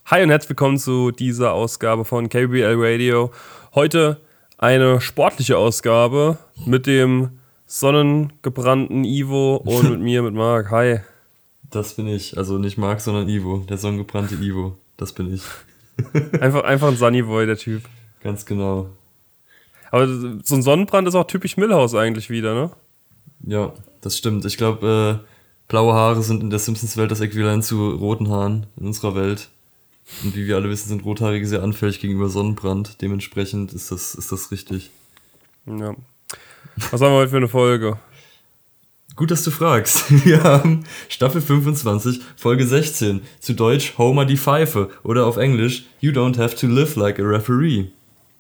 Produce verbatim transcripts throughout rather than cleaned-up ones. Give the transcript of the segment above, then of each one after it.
Hi und herzlich willkommen zu dieser Ausgabe von K B L Radio. Heute eine sportliche Ausgabe mit dem sonnengebrannten Ivo und mit mir, mit Marc. Hi. Das bin ich. Also nicht Marc, sondern Ivo. Der sonnengebrannte Ivo. Das bin ich. Einfach, einfach ein Sunnyboy, der Typ. Ganz genau. Aber so ein Sonnenbrand ist auch typisch Milhouse eigentlich wieder, ne? Ja, das stimmt. Ich glaube, äh, blaue Haare sind in der Simpsons-Welt das Äquivalent zu roten Haaren in unserer Welt. Und wie wir alle wissen, sind Rothaarige sehr anfällig gegenüber Sonnenbrand. Dementsprechend ist das, ist das richtig. Ja. Was haben wir heute für eine Folge? Gut, dass du fragst. Wir haben Staffel fünfundzwanzig, Folge sechzehn. Zu Deutsch Homer die Pfeife. Oder auf Englisch You don't have to live like a referee.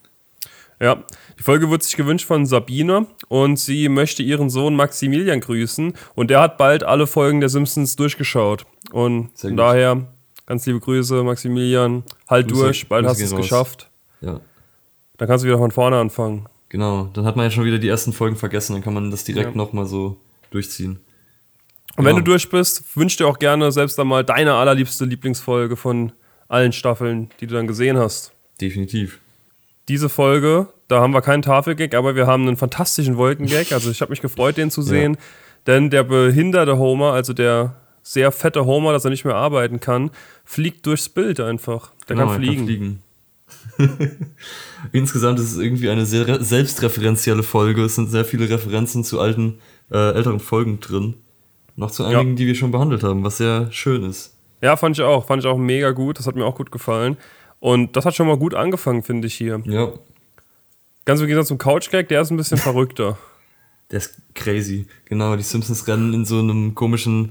Ja, die Folge wird sich gewünscht von Sabine und sie möchte ihren Sohn Maximilian grüßen. Und der hat bald alle Folgen der Simpsons durchgeschaut. Und von daher... Ganz liebe Grüße, Maximilian. Halt Grüße, durch, bald Grüße hast du es geschafft. Ja. Dann kannst du wieder von vorne anfangen. Genau, dann hat man ja schon wieder die ersten Folgen vergessen, dann kann man das direkt ja. nochmal so durchziehen. Und genau. Wenn du durch bist, wünsch dir auch gerne selbst einmal deine allerliebste Lieblingsfolge von allen Staffeln, die du dann gesehen hast. Definitiv. Diese Folge, da haben wir keinen Tafelgag, aber wir haben einen fantastischen Wolkengag. Also ich habe mich gefreut, den zu sehen. Ja. Denn der behinderte Homer, also der... sehr fette Homer, dass er nicht mehr arbeiten kann, fliegt durchs Bild einfach. Der genau, kann fliegen. Kann fliegen. Insgesamt ist es irgendwie eine sehr re- selbstreferenzielle Folge. Es sind sehr viele Referenzen zu alten, äh, älteren Folgen drin. Noch zu einigen, ja. die wir schon behandelt haben, was sehr schön ist. Ja, fand ich auch. Fand ich auch mega gut. Das hat mir auch gut gefallen. Und das hat schon mal gut angefangen, finde ich hier. Ja. Ganz im Gegensatz zum Couch-Gag, der ist ein bisschen verrückter. Der ist crazy. Genau, die Simpsons rennen in so einem komischen...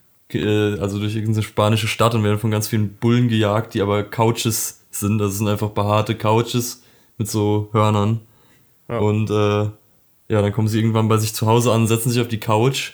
also durch irgendeine spanische Stadt und werden von ganz vielen Bullen gejagt, die aber Couches sind. Das sind einfach behaarte Couches mit so Hörnern. Ja. Und äh, ja, dann kommen sie irgendwann bei sich zu Hause an, setzen sich auf die Couch.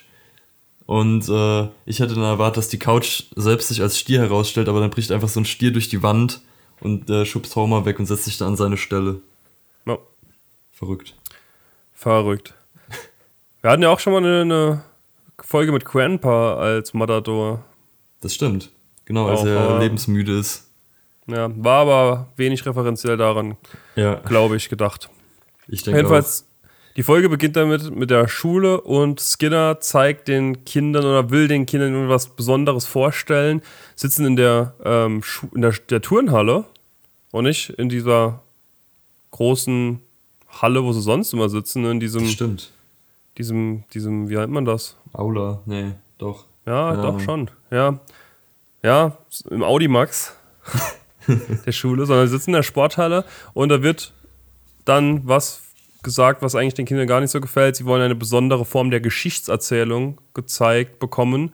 Und äh, ich hätte dann erwartet, dass die Couch selbst sich als Stier herausstellt, aber dann bricht einfach so ein Stier durch die Wand und äh, schubst Homer weg und setzt sich dann an seine Stelle. Ja. Verrückt. Verrückt. Wir hatten ja auch schon mal eine... eine Folge mit Grandpa als Matador. Das stimmt. Genau, als auch, er lebensmüde ist. Ja, war aber wenig referenziell daran, ja. glaube ich, gedacht. Ich denke Jedenfalls, auch. Die Folge beginnt damit mit der Schule und Skinner zeigt den Kindern oder will den Kindern irgendwas Besonderes vorstellen, sitzen in der, ähm, Schu- in der, der Turnhalle und nicht in dieser großen Halle, wo sie sonst immer sitzen, in diesem... Das stimmt. Diesem, diesem, wie nennt man das? Aula, nee, doch. Ja, ja. doch schon. Ja, ja, im Audimax der Schule, sondern sie sitzen in der Sporthalle und da wird dann was gesagt, was eigentlich den Kindern gar nicht so gefällt. Sie wollen eine besondere Form der Geschichtserzählung gezeigt bekommen.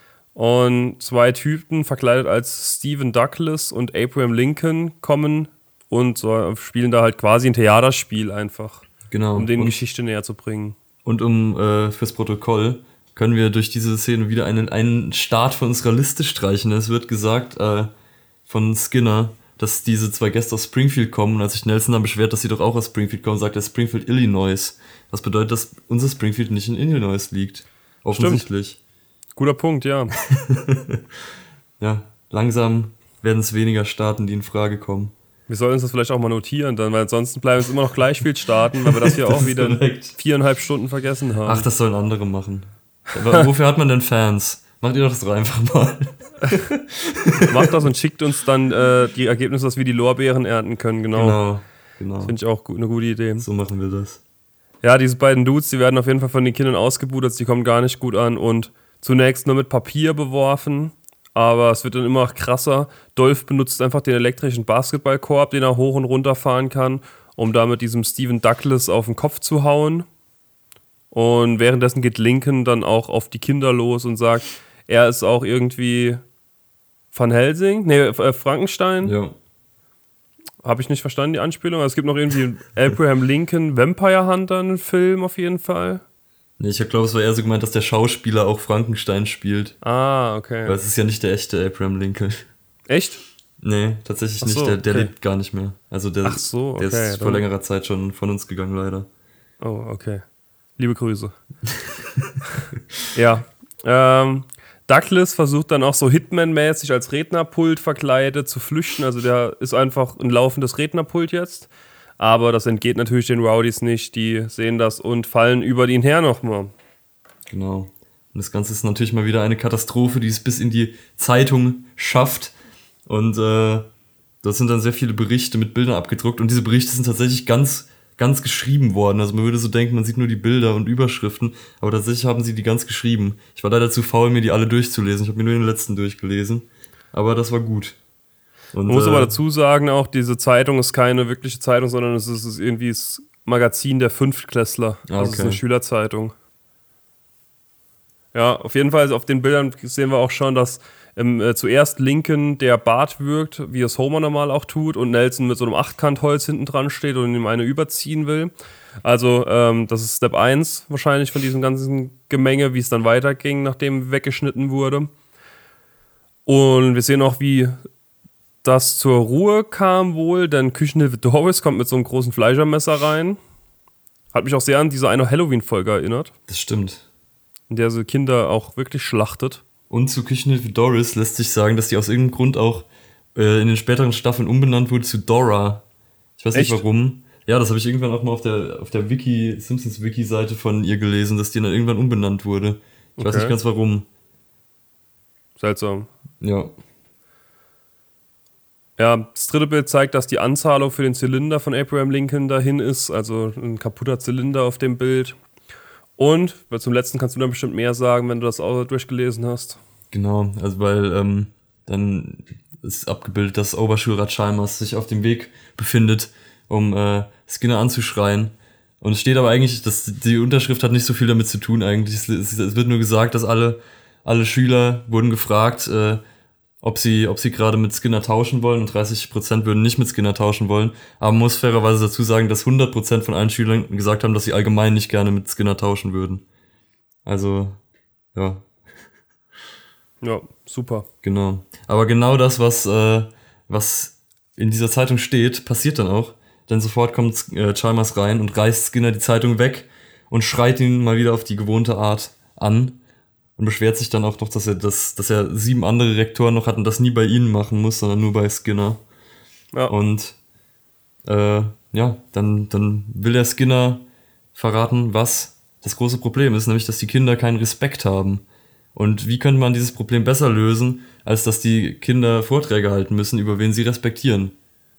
Und zwei Typen, verkleidet als Stephen Douglas und Abraham Lincoln, kommen und so spielen da halt quasi ein Theaterspiel einfach. Genau. Um denen und Geschichte näher zu bringen. Und um äh, fürs Protokoll können wir durch diese Szene wieder einen, einen Start von unserer Liste streichen. Es wird gesagt äh, von Skinner, dass diese zwei Gäste aus Springfield kommen. Und als sich Nelson dann beschwert, dass sie doch auch aus Springfield kommen, sagt er Springfield, Illinois. Was bedeutet, dass unser Springfield nicht in Illinois liegt. Offensichtlich. Stimmt. Guter Punkt, ja. Ja, langsam werden es weniger Staaten, die in Frage kommen. Wir sollten uns das vielleicht auch mal notieren, dann, weil ansonsten bleiben es immer noch gleich viel Staaten, weil wir das hier das auch wieder in viereinhalb Stunden vergessen haben. Ach, das sollen andere machen. Aber wofür hat man denn Fans? Macht ihr doch das doch einfach mal. Macht das und schickt uns dann äh, die Ergebnisse, dass wir die Lorbeeren ernten können. Genau, genau. genau. Das finde ich auch gut, eine gute Idee. So machen wir das. Ja, diese beiden Dudes, die werden auf jeden Fall von den Kindern ausgebuddelt, die kommen gar nicht gut an und zunächst nur mit Papier beworfen. Aber es wird dann immer krasser. Dolph benutzt einfach den elektrischen Basketballkorb, den er hoch und runter fahren kann, um damit diesem Stephen Douglas auf den Kopf zu hauen. Und währenddessen geht Lincoln dann auch auf die Kinder los und sagt, er ist auch irgendwie Van Helsing? Nee, äh, Frankenstein? Ja. Habe ich nicht verstanden, die Anspielung. Also es gibt noch irgendwie Abraham Lincoln, Vampire Hunter, einen Film auf jeden Fall. Nee, ich glaube, es war eher so gemeint, dass der Schauspieler auch Frankenstein spielt. Ah, okay. Weil es ist ja nicht der echte Abraham Lincoln. Echt? Nee, tatsächlich Ach so, nicht. Der, der okay. lebt gar nicht mehr. Also der, Ach so, okay, der ist vor längerer Zeit schon von uns gegangen, leider. Oh, okay. Liebe Grüße. Ja. Ähm, Douglas versucht dann auch so Hitman-mäßig als Rednerpult verkleidet zu flüchten. Also der ist einfach ein laufendes Rednerpult jetzt. Aber das entgeht natürlich den Rowdies nicht. Die sehen das und fallen über ihn her nochmal. Genau. Und das Ganze ist natürlich mal wieder eine Katastrophe, die es bis in die Zeitung schafft. Und äh, das sind dann sehr viele Berichte mit Bildern abgedruckt. Und diese Berichte sind tatsächlich ganz, ganz geschrieben worden. Also man würde so denken, man sieht nur die Bilder und Überschriften. Aber tatsächlich haben sie die ganz geschrieben. Ich war leider zu faul, mir die alle durchzulesen. Ich habe mir nur den letzten durchgelesen. Aber das war gut. Und, Man muss äh, aber dazu sagen auch, diese Zeitung ist keine wirkliche Zeitung, sondern es ist irgendwie das Magazin der Fünftklässler. Ah, Also es ist okay. eine Schülerzeitung. Ja, auf jeden Fall auf den Bildern sehen wir auch schon, dass ähm, äh, zuerst Lincoln der Bart wirkt, wie es Homer normal auch tut, und Nelson mit so einem Achtkantholz hinten dran steht und ihm eine überziehen will. Also ähm, das ist Step eins wahrscheinlich von diesem ganzen Gemenge, wie es dann weiterging, nachdem weggeschnitten wurde. Und wir sehen auch, wie das zur Ruhe kam wohl, denn Küchenhilfe Doris kommt mit so einem großen Fleischermesser rein. Hat mich auch sehr an diese eine Halloween-Folge erinnert, Das stimmt. in der sie Kinder auch wirklich schlachtet. Und zu Küchenhilfe Doris lässt sich sagen, dass die aus irgendeinem Grund auch äh, in den späteren Staffeln umbenannt wurde zu Dora. Ich weiß Echt? nicht warum. Ja, das habe ich irgendwann auch mal auf der, auf der Wiki, Simpsons-Wiki-Seite von ihr gelesen, dass die dann irgendwann umbenannt wurde. Ich weiß Okay. nicht ganz warum. Seltsam. Ja. Ja, das dritte Bild zeigt, dass die Anzahlung für den Zylinder von Abraham Lincoln dahin ist, also ein kaputter Zylinder auf dem Bild. Und zum letzten kannst du dann bestimmt mehr sagen, wenn du das auch durchgelesen hast. Genau, also weil ähm, dann ist abgebildet, dass Oberschulrat Chalmers sich auf dem Weg befindet, um äh, Skinner anzuschreien. Und es steht aber eigentlich, dass die Unterschrift hat nicht so viel damit zu tun eigentlich. Es, es, es wird nur gesagt, dass alle, alle Schüler wurden gefragt, äh, ob sie, ob sie gerade mit Skinner tauschen wollen, und dreißig Prozent würden nicht mit Skinner tauschen wollen. Aber man muss fairerweise dazu sagen, dass hundert Prozent von allen Schülern gesagt haben, dass sie allgemein nicht gerne mit Skinner tauschen würden. Also, ja. Ja, super. Genau. Aber genau das, was, äh, was in dieser Zeitung steht, passiert dann auch. Denn sofort kommt äh, Chalmers rein und reißt Skinner die Zeitung weg und schreit ihn mal wieder auf die gewohnte Art an. Und beschwert sich dann auch noch, dass er, das, dass er sieben andere Rektoren noch hat und das nie bei ihnen machen muss, sondern nur bei Skinner. Ja. Und äh, ja, dann, dann will er Skinner verraten, was das große Problem ist, nämlich, dass die Kinder keinen Respekt haben. Und wie könnte man dieses Problem besser lösen, als dass die Kinder Vorträge halten müssen, über wen sie respektieren?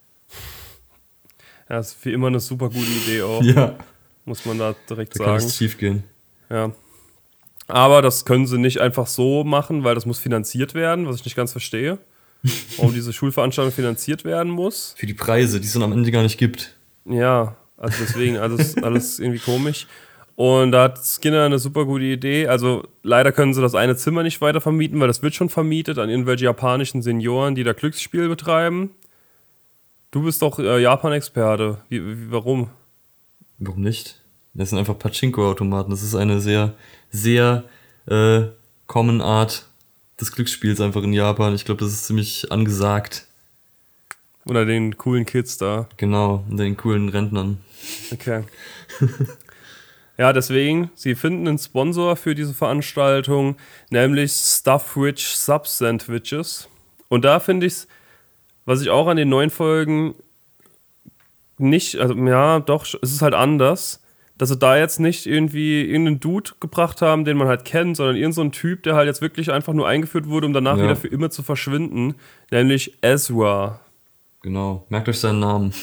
Ja, ist wie immer eine super gute Idee auch, Ja, muss man da direkt da kann sagen. nichts schief gehen. Ja. Aber das können sie nicht einfach so machen, weil das muss finanziert werden, was ich nicht ganz verstehe. Warum diese Schulveranstaltung finanziert werden muss. Für die Preise, die es dann am Ende gar nicht gibt. Ja, also deswegen alles, alles irgendwie komisch. Und da hat Skinner eine super gute Idee. Also leider können sie das eine Zimmer nicht weiter vermieten, weil das wird schon vermietet an irgendwelche japanischen Senioren, die da Glücksspiel betreiben. Du bist doch äh, Japan-Experte. Wie, wie, warum? Warum nicht? Das sind einfach Pachinko-Automaten. Das ist eine sehr, sehr äh, common Art des Glücksspiels einfach in Japan. Ich glaube, das ist ziemlich angesagt. Oder den coolen Kids da. Genau, und den coolen Rentnern. Okay. Ja, deswegen, sie finden einen Sponsor für diese Veranstaltung, nämlich Stuff-Rich Sub-Sandwiches. Und da finde ich es, was ich auch an den neuen Folgen nicht, also ja, doch, es ist halt anders, dass sie da jetzt nicht irgendwie irgendeinen Dude gebracht haben, den man halt kennt, sondern irgendein so ein Typ, der halt jetzt wirklich einfach nur eingeführt wurde, um danach Ja. wieder für immer zu verschwinden, nämlich Ezra. Genau, merkt euch seinen Namen.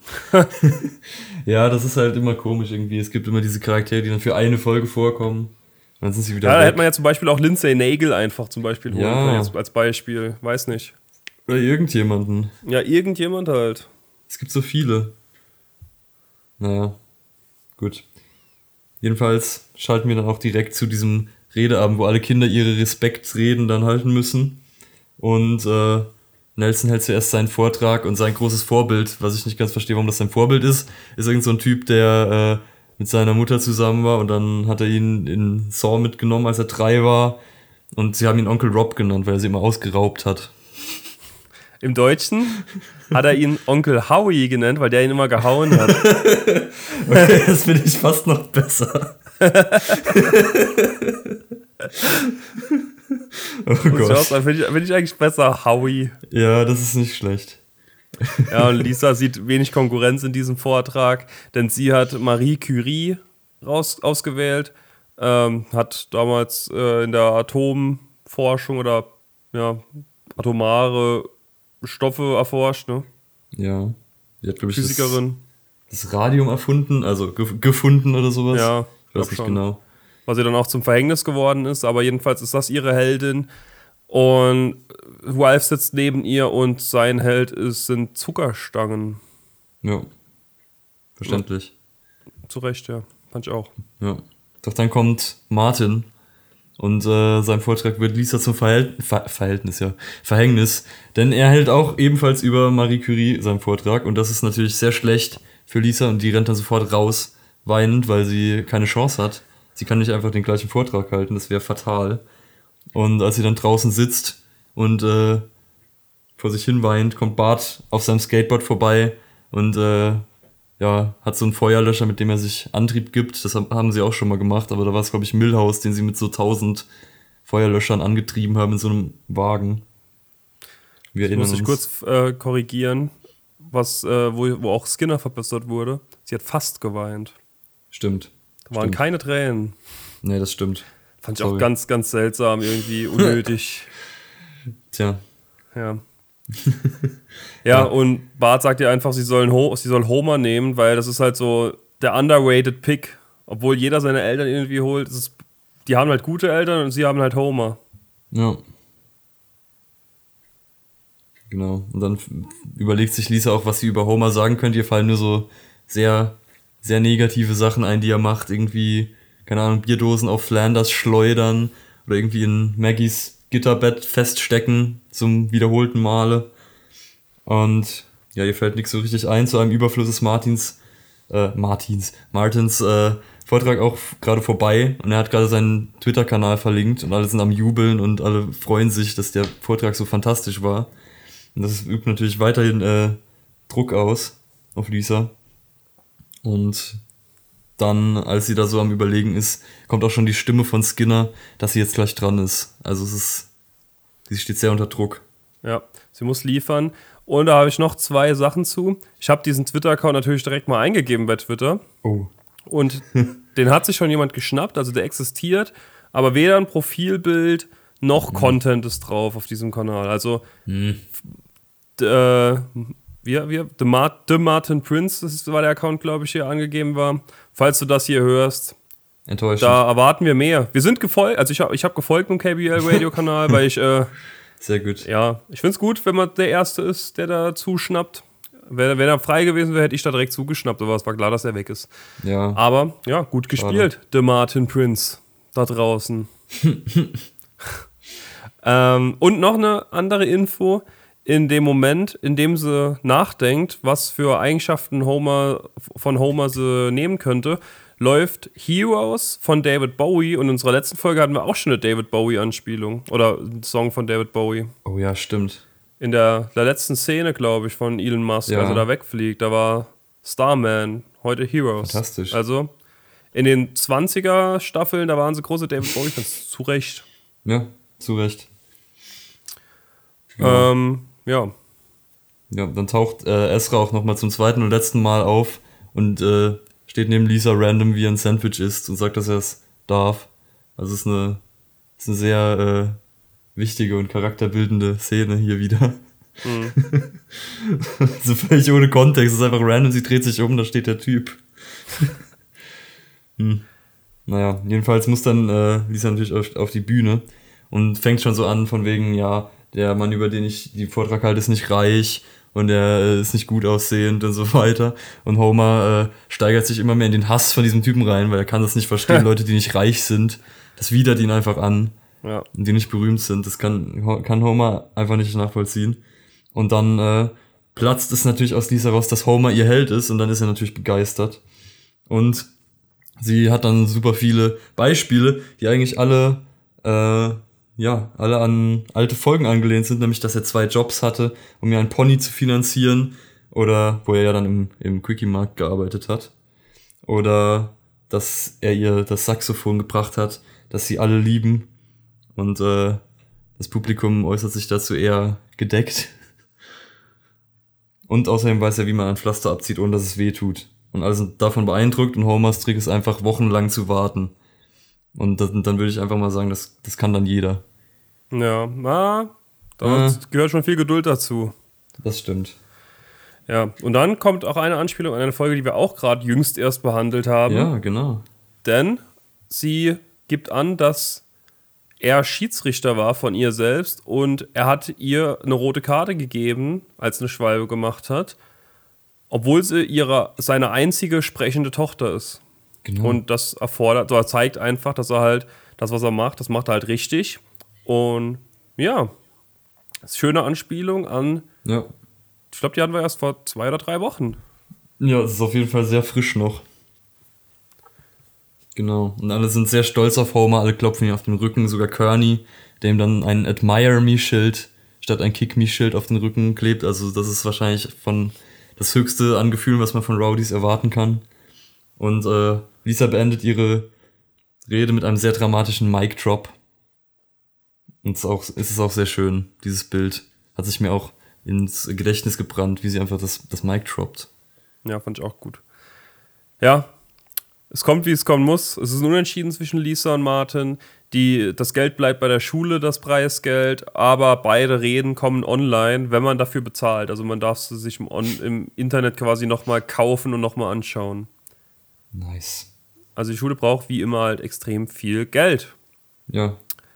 Ja, das ist halt immer komisch irgendwie. Es gibt immer diese Charaktere, die dann für eine Folge vorkommen. Und dann sind sie wieder Ja, da weg. hätte man ja zum Beispiel auch Lindsay Nagel einfach zum Beispiel holen Ja. können, jetzt als Beispiel. Weiß nicht. Oder irgendjemanden. Ja, irgendjemand halt. Es gibt so viele. Naja, gut. Jedenfalls schalten wir dann auch direkt zu diesem Redeabend, wo alle Kinder ihre Respektsreden dann halten müssen. Und äh, Nelson hält zuerst seinen Vortrag und sein großes Vorbild, was ich nicht ganz verstehe, warum das sein Vorbild ist, ist irgend so ein Typ, der äh, mit seiner Mutter zusammen war und dann hat er ihn in Saw mitgenommen, als er drei war. Und sie haben ihn Onkel Rob genannt, weil er sie immer ausgeraubt hat. Im Deutschen hat er ihn Onkel Howie genannt, weil der ihn immer gehauen hat. Okay, das finde ich fast noch besser. Oh Gott. Finde ich, find ich eigentlich besser, Howie. Ja, das ist nicht schlecht. Ja, und Lisa sieht wenig Konkurrenz in diesem Vortrag, denn sie hat Marie Curie raus, ausgewählt, ähm, hat damals äh, in der Atomforschung oder ja, atomare Stoffe erforscht, ne? Ja. Die hat, glaube ich, Physikerin. Das, das Radium erfunden, also ge- gefunden oder sowas. Ja, ich weiß nicht schon. genau. Was ihr dann auch zum Verhängnis geworden ist, aber jedenfalls ist das ihre Heldin. Und Ralph sitzt neben ihr und sein Held ist, sind Zuckerstangen. Ja. Verständlich. Ja. Zu Recht, ja. Fand ich auch. Ja. Doch dann kommt Martin und äh, sein Vortrag wird Lisa zum Verhält- Ver- Verhältnis, ja. Verhängnis. Denn er hält auch ebenfalls über Marie Curie seinen Vortrag und das ist natürlich sehr schlecht für Lisa und die rennt dann sofort raus, weinend, weil sie keine Chance hat. Sie kann nicht einfach den gleichen Vortrag halten, das wäre fatal. Und als sie dann draußen sitzt und äh, vor sich hin weint, kommt Bart auf seinem Skateboard vorbei und äh, ja, hat so einen Feuerlöscher, mit dem er sich Antrieb gibt. Das haben sie auch schon mal gemacht, aber da war es, glaube ich, Milhouse, den sie mit so tausend Feuerlöschern angetrieben haben in so einem Wagen. Wir ich muss ich kurz äh, korrigieren, was, äh, wo, wo auch Skinner verbessert wurde. Sie hat fast geweint. Stimmt. Da waren stimmt. keine Tränen. Nee, das stimmt. Fand ich Sorry. auch ganz, ganz seltsam, irgendwie unnötig. Tja. Ja. ja, und Bart sagt ihr einfach, sie, sollen Ho- sie soll Homer nehmen, weil das ist halt so der underrated Pick. Obwohl jeder seine Eltern irgendwie holt. Das ist, die haben halt gute Eltern und sie haben halt Homer. Ja. Genau. Und dann f- überlegt sich Lisa auch, was sie über Homer sagen könnte. Ihr fallen nur so sehr, sehr negative Sachen ein, die er macht. Irgendwie, keine Ahnung, Bierdosen auf Flanders schleudern oder irgendwie in Maggies Gitterbett feststecken zum wiederholten Male. Und ja, ihr fällt nichts so richtig ein. Zu einem Überfluss ist Martins, äh, Martins, Martins äh, Vortrag auch f- gerade vorbei. Und er hat gerade seinen Twitter-Kanal verlinkt und alle sind am Jubeln und alle freuen sich, dass der Vortrag so fantastisch war. Und das übt natürlich weiterhin äh, Druck aus auf Lisa. Und dann, als sie da so am Überlegen ist, kommt auch schon die Stimme von Skinner, dass sie jetzt gleich dran ist. Also es ist, sie steht sehr unter Druck. Ja, sie muss liefern. Und da habe ich noch zwei Sachen zu. Ich habe diesen Twitter-Account natürlich direkt mal eingegeben bei Twitter. Oh. Und den hat sich schon jemand geschnappt, also der existiert, aber weder ein Profilbild noch mhm. Content ist drauf auf diesem Kanal. Also Mhm. d- äh, wie, wie, The, Mar- The Martin Prince, das ist, war der Account, glaube ich, hier angegeben war. Falls du das hier hörst, Enttäuschend. da erwarten wir mehr. Wir sind gefolgt, also ich habe ich hab gefolgt im K B L-Radio-Kanal, weil ich, äh, Sehr gut. ja, ich finde es gut, wenn man der Erste ist, der da zuschnappt. Wenn, wenn er frei gewesen wäre, hätte ich da direkt zugeschnappt, aber es war klar, dass er weg ist. Ja. Aber, ja, gut gespielt, The Martin Prince, da draußen. ähm, und noch eine andere Info. In dem Moment, in dem sie nachdenkt, was für Eigenschaften Homer, von Homer sie nehmen könnte, läuft Heroes von David Bowie. Und in unserer letzten Folge hatten wir auch schon eine David Bowie-Anspielung. Oder einen Song von David Bowie. Oh ja, stimmt. In der, der letzten Szene, glaube ich, von Elon Musk, Ja. als er da wegfliegt, da war Starman, heute Heroes. Fantastisch. Also in den zwanziger-Staffeln, da waren sie große David Bowie-Fans, zu Recht. Ja, zu Recht. Ja. Ähm, ja. Ja, dann taucht äh, Ezra auch nochmal zum zweiten und letzten Mal auf und äh, steht neben Lisa random, wie er ein Sandwich isst und sagt, dass er es darf. Also es ist eine, ist eine sehr äh, wichtige und charakterbildende Szene hier wieder. Mhm. So völlig ohne Kontext, es ist einfach random, sie dreht sich um, da steht der Typ. hm. Naja, jedenfalls muss dann äh, Lisa natürlich auf, auf die Bühne und fängt schon so an von wegen, ja, der Mann, über den ich die Vortrag halte, ist nicht reich und er äh, ist nicht gut aussehend und so weiter. Und Homer äh, steigert sich immer mehr in den Hass von diesem Typen rein, weil er kann das nicht verstehen, Leute, die nicht reich sind. Das widert ihn einfach an. Ja. Und die nicht berühmt sind. Das kann, kann Homer einfach nicht nachvollziehen. Und dann äh, platzt es natürlich aus Lisa raus, dass Homer ihr Held ist und dann ist er natürlich begeistert. Und sie hat dann super viele Beispiele, die eigentlich alle äh, ja, alle an alte Folgen angelehnt sind, nämlich, dass er zwei Jobs hatte, um mir einen Pony zu finanzieren, oder wo er ja dann im, im Quickie-Markt gearbeitet hat, oder dass er ihr das Saxophon gebracht hat, das sie alle lieben, Und äh, das Publikum äußert sich dazu eher gedeckt. Und außerdem weiß er, wie man ein Pflaster abzieht, ohne dass es weh tut. Und alle sind davon beeindruckt und Homers Trick ist einfach wochenlang zu warten. Und das, dann würde ich einfach mal sagen, das, das kann dann jeder. Ja, na, da Äh. gehört schon viel Geduld dazu. Das stimmt. Ja, und dann kommt auch eine Anspielung an eine Folge, die wir auch gerade jüngst erst behandelt haben. Ja, genau. Denn sie gibt an, dass er Schiedsrichter war von ihr selbst und er hat ihr eine rote Karte gegeben, als eine Schwalbe gemacht hat, obwohl sie ihre, seine einzige sprechende Tochter ist. Genau. Und das erfordert, oder zeigt einfach, dass er halt das, was er macht, das macht er halt richtig. Und ja, das ist eine schöne Anspielung an, Ja. ich glaube, die hatten wir erst vor zwei oder drei Wochen. Ja, es ist auf jeden Fall sehr frisch noch. Genau. Und alle sind sehr stolz auf Homer, alle klopfen ihm auf den Rücken, sogar Kearney, der ihm dann ein Admire Me-Schild statt ein Kick Me-Schild auf den Rücken klebt. Also das ist wahrscheinlich von das Höchste an Gefühlen, was man von Rowdies erwarten kann. Und äh, Lisa beendet ihre Rede mit einem sehr dramatischen Mic-Drop. Und es ist, auch, es ist auch sehr schön, dieses Bild. Hat sich mir auch ins Gedächtnis gebrannt, wie sie einfach das, das Mic droppt. Ja, fand ich auch gut. Ja, es kommt, wie es kommen muss. Es ist ein Unentschieden zwischen Lisa und Martin. Die, das Geld bleibt bei der Schule, das Preisgeld, aber beide Reden kommen online, wenn man dafür bezahlt. Also man darf sie sich im, On, im Internet quasi nochmal kaufen und nochmal anschauen. Nice. Also die Schule braucht wie immer halt extrem viel Geld. Ja.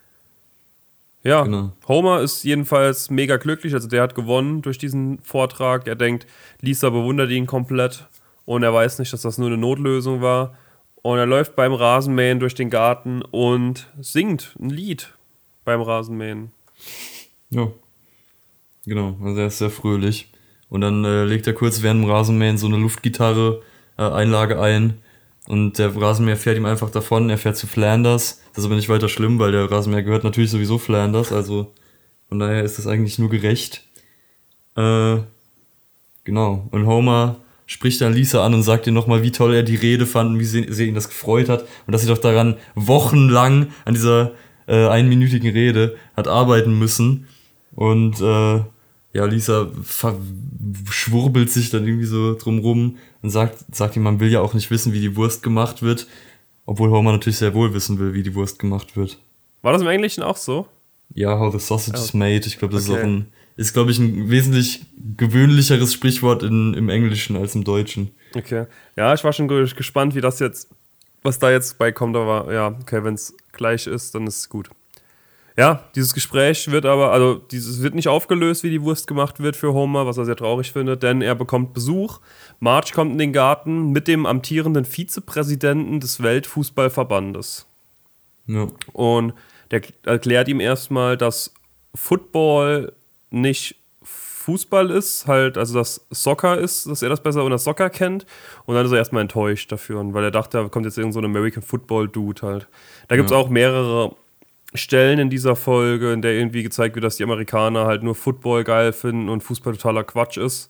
Ja, Genau. Homer ist jedenfalls mega glücklich, also der hat gewonnen durch diesen Vortrag. Er denkt, Lisa bewundert ihn komplett und er weiß nicht, dass das nur eine Notlösung war. Und er läuft beim Rasenmähen durch den Garten und singt ein Lied beim Rasenmähen. Ja. Genau, also er ist sehr fröhlich. Und dann äh, legt er kurz während dem Rasenmähen so eine Luftgitarre-Einlage ein. Und der Rasenmäher fährt ihm einfach davon, er fährt zu Flanders. Das ist aber nicht weiter schlimm, weil der Rasenmäher gehört natürlich sowieso Flanders, also von daher ist das eigentlich nur gerecht. Äh, genau, und Homer spricht dann Lisa an und sagt ihr nochmal, wie toll er die Rede fand und wie sie, sie ihn das gefreut hat und dass sie doch daran wochenlang an dieser äh, einminütigen Rede hat arbeiten müssen. Und äh, ja, Lisa schwurbelt sich dann irgendwie so drumrum und sagt, sagt ihm, man will ja auch nicht wissen, wie die Wurst gemacht wird, obwohl Homer natürlich sehr wohl wissen will, wie die Wurst gemacht wird. War das im Englischen auch so? Ja, how the sausage is made. Ich glaube, das Okay. ist auch ein, ist glaube ich ein wesentlich gewöhnlicheres Sprichwort in, im Englischen als im Deutschen. Okay. Ja, ich war schon ge- gespannt, wie das jetzt, was da jetzt beikommt, aber ja, okay, wenn es gleich ist, dann ist es gut. Ja, dieses Gespräch wird aber, also dieses wird nicht aufgelöst, wie die Wurst gemacht wird für Homer, was er sehr traurig findet, denn er bekommt Besuch. Marge kommt in den Garten mit dem amtierenden Vizepräsidenten des Weltfußballverbandes. Ja, Und der erklärt ihm erstmal, dass Football nicht Fußball ist, halt, also dass Soccer ist, dass er das besser unter Soccer kennt. Und dann ist er erstmal enttäuscht dafür, weil er dachte, da kommt jetzt irgend so ein American Football Dude halt. Da gibt es Ja. auch mehrere Stellen in dieser Folge, in der irgendwie gezeigt wird, dass die Amerikaner halt nur Football geil finden und Fußball totaler Quatsch ist.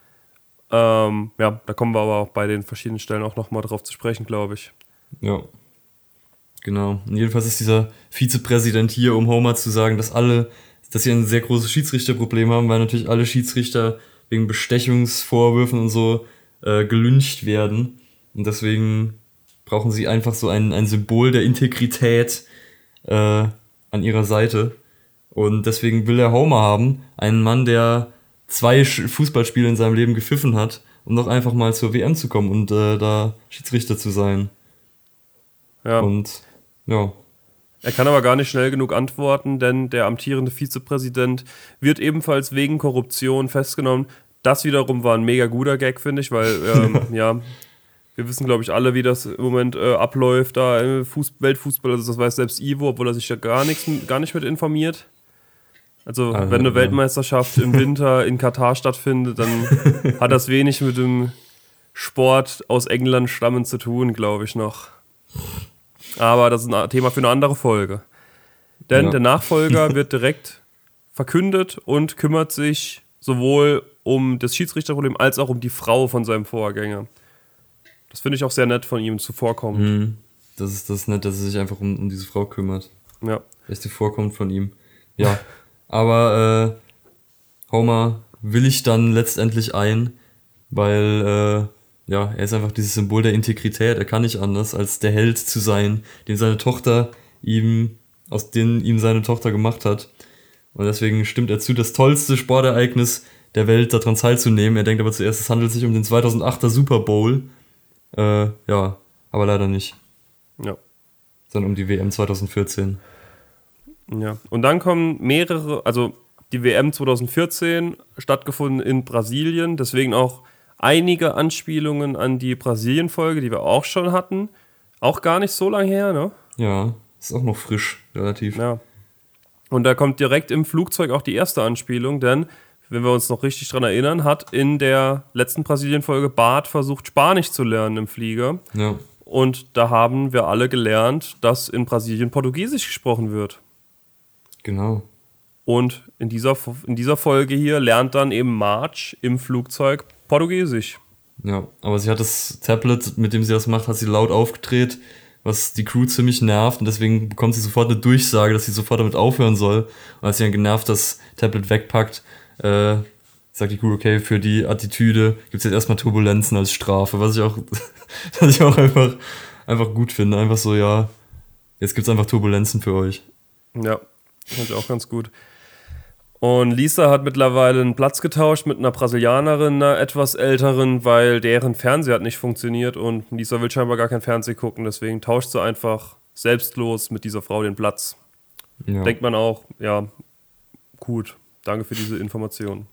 Ähm, ja, da kommen wir aber auch bei den verschiedenen Stellen auch nochmal drauf zu sprechen, glaube ich. ja. Genau. Und jedenfalls ist dieser Vizepräsident hier, um Homer zu sagen, dass alle, dass sie ein sehr großes Schiedsrichterproblem haben, weil natürlich alle Schiedsrichter wegen Bestechungsvorwürfen und so äh, gelyncht werden. Und deswegen brauchen sie einfach so ein, ein Symbol der Integrität äh, an ihrer Seite. Und deswegen will er Homer haben, einen Mann, der zwei Sch- Fußballspiele in seinem Leben gepfiffen hat, um doch einfach mal zur W M zu kommen und äh, da Schiedsrichter zu sein. Ja. Und ja, Er kann aber gar nicht schnell genug antworten, denn der amtierende Vizepräsident wird ebenfalls wegen Korruption festgenommen. Das wiederum war ein mega guter Gag, finde ich, weil, ähm, ja, wir wissen, glaube ich, alle, wie das im Moment äh, abläuft, da im Fuß- Weltfußball, also das weiß selbst Ivo, obwohl er sich ja gar, nichts, gar nicht mit informiert. Also, Also, wenn eine ja. Weltmeisterschaft im Winter in Katar stattfindet, dann hat das wenig mit dem Sport aus England stammen zu tun, glaube ich noch. Aber das ist ein Thema für eine andere Folge. Denn Ja. der Nachfolger wird direkt verkündet und kümmert sich sowohl um das Schiedsrichterproblem als auch um die Frau von seinem Vorgänger. Das finde ich auch sehr nett von ihm zuvorkommend. Mhm. Das ist das ist nett, dass er sich einfach um, um diese Frau kümmert. Ja. Beste Vorkommt von ihm. Ja, aber äh, Homer willigt dann letztendlich ein, weil äh, ja, er ist einfach dieses Symbol der Integrität. Er kann nicht anders, als der Held zu sein, den seine Tochter ihm, aus dem ihm seine Tochter gemacht hat. Und deswegen stimmt er zu, das tollste Sportereignis der Welt daran teilzunehmen. Er denkt aber zuerst, es handelt sich um den zweitausendachter Super Bowl. Äh, ja, aber leider nicht. Ja. Sondern um die W M zweitausendvierzehn. Ja. Und dann kommen mehrere, also die W M zweitausendvierzehn stattgefunden in Brasilien, deswegen auch einige Anspielungen an die Brasilien-Folge, die wir auch schon hatten. Auch gar nicht so lange her, ne? Ja, ist auch noch frisch, relativ. Ja. Und da kommt direkt im Flugzeug auch die erste Anspielung, denn, wenn wir uns noch richtig dran erinnern, hat in der letzten Brasilien-Folge Bart versucht, Spanisch zu lernen im Flieger. Ja. Und da haben wir alle gelernt, dass in Brasilien Portugiesisch gesprochen wird. Genau. Und in dieser, in dieser Folge hier lernt dann eben Marge im Flugzeug Portugiesisch. Ja, aber sie hat das Tablet, mit dem sie das macht, hat sie laut aufgedreht, was die Crew ziemlich nervt und deswegen bekommt sie sofort eine Durchsage, dass sie sofort damit aufhören soll. Und als sie dann genervt das Tablet wegpackt, äh, sagt die Crew, okay, für die Attitüde gibt es jetzt erstmal Turbulenzen als Strafe, was ich auch, was ich auch einfach, einfach gut finde. Einfach so, ja, jetzt gibt es einfach Turbulenzen für euch. Ja, fand ich auch ganz gut. Und Lisa hat mittlerweile einen Platz getauscht mit einer Brasilianerin, einer etwas älteren, weil deren Fernseher hat nicht funktioniert und Lisa will scheinbar gar kein Fernsehen gucken, deswegen tauscht sie einfach selbstlos mit dieser Frau den Platz. Ja. Denkt man auch, ja, gut, danke für diese Information.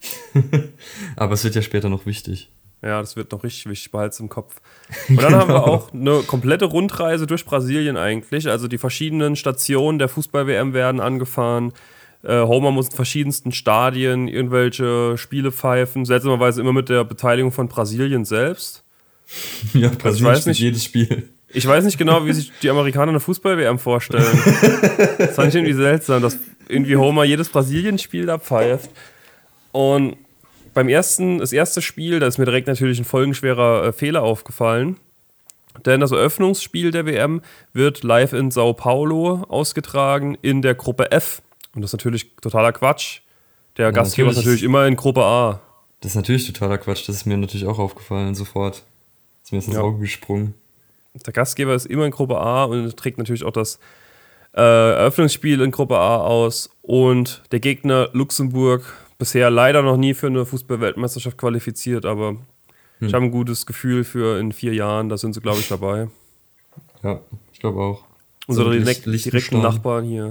Aber es wird ja später noch wichtig. Ja, das wird noch richtig wichtig, behalt's im Kopf. Und dann genau. haben wir auch eine komplette Rundreise durch Brasilien eigentlich, also die verschiedenen Stationen der Fußball-W M werden angefahren. Homer muss in verschiedensten Stadien irgendwelche Spiele pfeifen, seltsamerweise immer mit der Beteiligung von Brasilien selbst. Ja, Brasilien also spielt jedes Spiel. Ich weiß nicht genau, wie sich die Amerikaner eine Fußball-W M vorstellen. Das fand ich irgendwie seltsam, dass irgendwie Homer jedes Brasilien-Spiel da pfeift. Und beim ersten, das erste Spiel, da ist mir direkt natürlich ein folgenschwerer äh, Fehler aufgefallen. Denn das Eröffnungsspiel der W M wird live in Sao Paulo ausgetragen in der Gruppe F. Und das ist natürlich totaler Quatsch. Der ja, Gastgeber ist natürlich immer in Gruppe A. Das ist natürlich totaler Quatsch. Das ist mir natürlich auch aufgefallen, sofort. Ist mir jetzt ins ja. Auge gesprungen. Der Gastgeber ist immer in Gruppe A und trägt natürlich auch das äh, Eröffnungsspiel in Gruppe A aus. Und der Gegner Luxemburg, bisher leider noch nie für eine Fußball-Weltmeisterschaft qualifiziert, aber hm. ich habe ein gutes Gefühl für in vier Jahren, da sind sie, glaube ich, dabei. Ja, ich glaube auch. Unsere so direkt, direkten Nachbarn hier.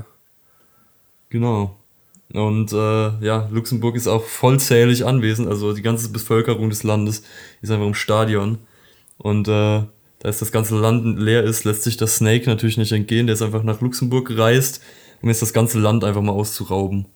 Genau. Und äh, ja, Luxemburg ist auch vollzählig anwesend, also die ganze Bevölkerung des Landes ist einfach im Stadion. Und äh, da es das ganze Land leer ist, lässt sich das Snake natürlich nicht entgehen. Der ist einfach nach Luxemburg gereist, um jetzt das ganze Land einfach mal auszurauben.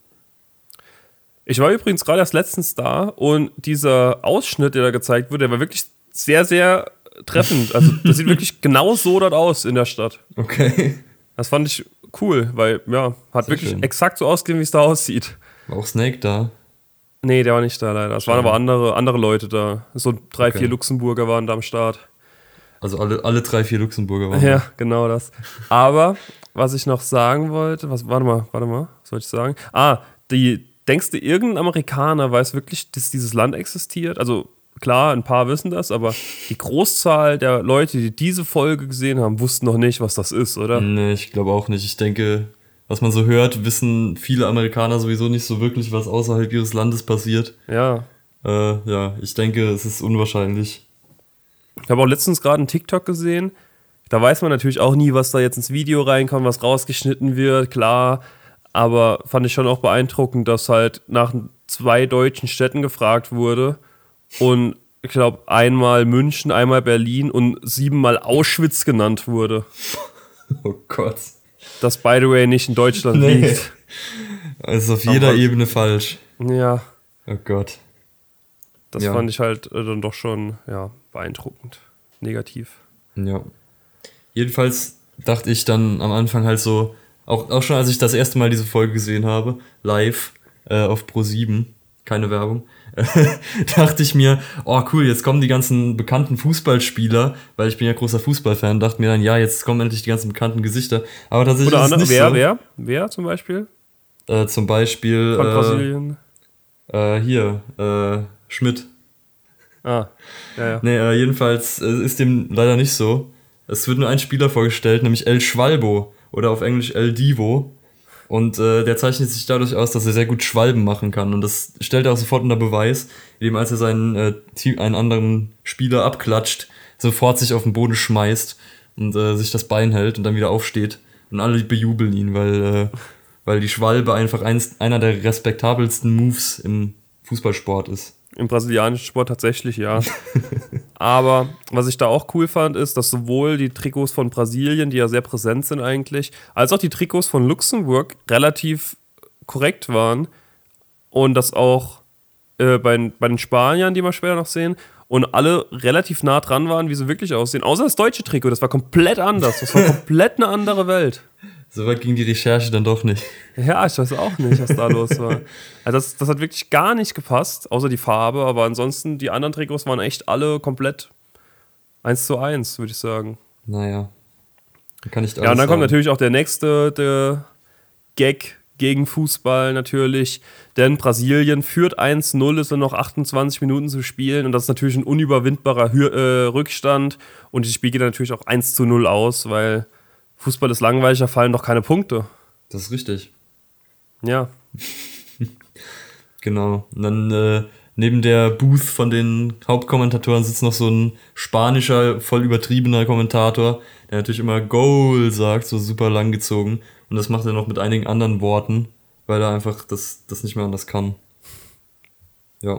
Ich war übrigens gerade erst letztens da und dieser Ausschnitt, der da gezeigt wurde, der war wirklich sehr, sehr treffend. Also das sieht wirklich genau so dort aus in der Stadt. Okay. Das fand ich cool, weil, ja, hat sehr wirklich schön. Exakt so ausgesehen, wie es da aussieht. War auch Snake da? Nee, der war nicht da leider. Es waren aber andere, andere Leute da. So drei, okay. vier Luxemburger waren da am Start. Also alle, alle drei, vier Luxemburger waren ja, da. Genau das. Aber, was ich noch sagen wollte, was, warte mal, warte mal, was soll ich sagen? Ah, die, denkst du, irgendein Amerikaner weiß wirklich, dass dieses Land existiert? Also, klar, ein paar wissen das, aber die Großzahl der Leute, die diese Folge gesehen haben, wussten noch nicht, was das ist, oder? Nee, ich glaube auch nicht. Ich denke, was man so hört, wissen viele Amerikaner sowieso nicht so wirklich, was außerhalb ihres Landes passiert. Ja. Äh, ja, ich denke, es ist unwahrscheinlich. Ich habe auch letztens gerade einen TikTok gesehen. Da weiß man natürlich auch nie, was da jetzt ins Video reinkommt, was rausgeschnitten wird, klar. Aber fand ich schon auch beeindruckend, dass halt nach zwei deutschen Städten gefragt wurde. Und ich glaube, einmal München, einmal Berlin und siebenmal Auschwitz genannt wurde. Oh Gott. Das, by the way, nicht in Deutschland nee. liegt. Das ist auf jeder Aber, Ebene falsch. Ja. Oh Gott. Das ja. fand ich halt äh, dann doch schon ja, beeindruckend. Negativ. Ja. Jedenfalls dachte ich dann am Anfang halt so, auch, auch schon als ich das erste Mal diese Folge gesehen habe, live äh, auf Pro sieben, keine Werbung, dachte ich mir, oh cool, jetzt kommen die ganzen bekannten Fußballspieler, weil ich bin ja großer Fußballfan, dachte mir dann, ja, jetzt kommen endlich die ganzen bekannten Gesichter. Aber tatsächlich Oder ist es andere, nicht wer, so. wer? Wer zum Beispiel? Äh, zum Beispiel Von äh, Brasilien? äh, hier, äh, Schmidt. Ah, ja, ja. Nee, äh, jedenfalls äh, ist dem leider nicht so. Es wird nur ein Spieler vorgestellt, nämlich El Schwalbo oder auf Englisch El Divo. Und äh, der zeichnet sich dadurch aus, dass er sehr gut Schwalben machen kann. Und das stellt er auch sofort unter Beweis, indem als er seinen äh, Team, einen anderen Spieler abklatscht, sofort sich auf den Boden schmeißt und äh, sich das Bein hält und dann wieder aufsteht. Und alle bejubeln ihn, weil, äh, weil die Schwalbe einfach eins, einer der respektabelsten Moves im Fußballsport ist. Im brasilianischen Sport tatsächlich, ja. Aber was ich da auch cool fand, ist, dass sowohl die Trikots von Brasilien, die ja sehr präsent sind eigentlich, als auch die Trikots von Luxemburg relativ korrekt waren. Und dass auch äh, bei, bei den Spaniern, die wir später noch sehen, und alle relativ nah dran waren, wie sie wirklich aussehen. Außer das deutsche Trikot, das war komplett anders. Das war komplett eine andere Welt. Soweit ging die Recherche dann doch nicht. Ja, ich weiß auch nicht, was da los war. Also das, das hat wirklich gar nicht gepasst, außer die Farbe. Aber ansonsten, die anderen Trikots waren echt alle komplett eins zu eins, würde ich sagen. Naja, kann ich alles Ja, und dann kommt sagen. natürlich auch der nächste der Gag gegen Fußball natürlich. Denn Brasilien führt eins null, es sind noch achtundzwanzig Minuten zu spielen. Und das ist natürlich ein unüberwindbarer Hür- äh, Rückstand. Und die Spiel geht natürlich auch eins zu null aus, weil Fußball ist langweilig, da fallen doch keine Punkte. Das ist richtig. Ja. Genau. Und dann äh, neben der Booth von den Hauptkommentatoren sitzt noch so ein spanischer, voll übertriebener Kommentator, der natürlich immer Goal sagt, so super lang gezogen. Und das macht er noch mit einigen anderen Worten, weil er einfach das, das nicht mehr anders kann. Ja.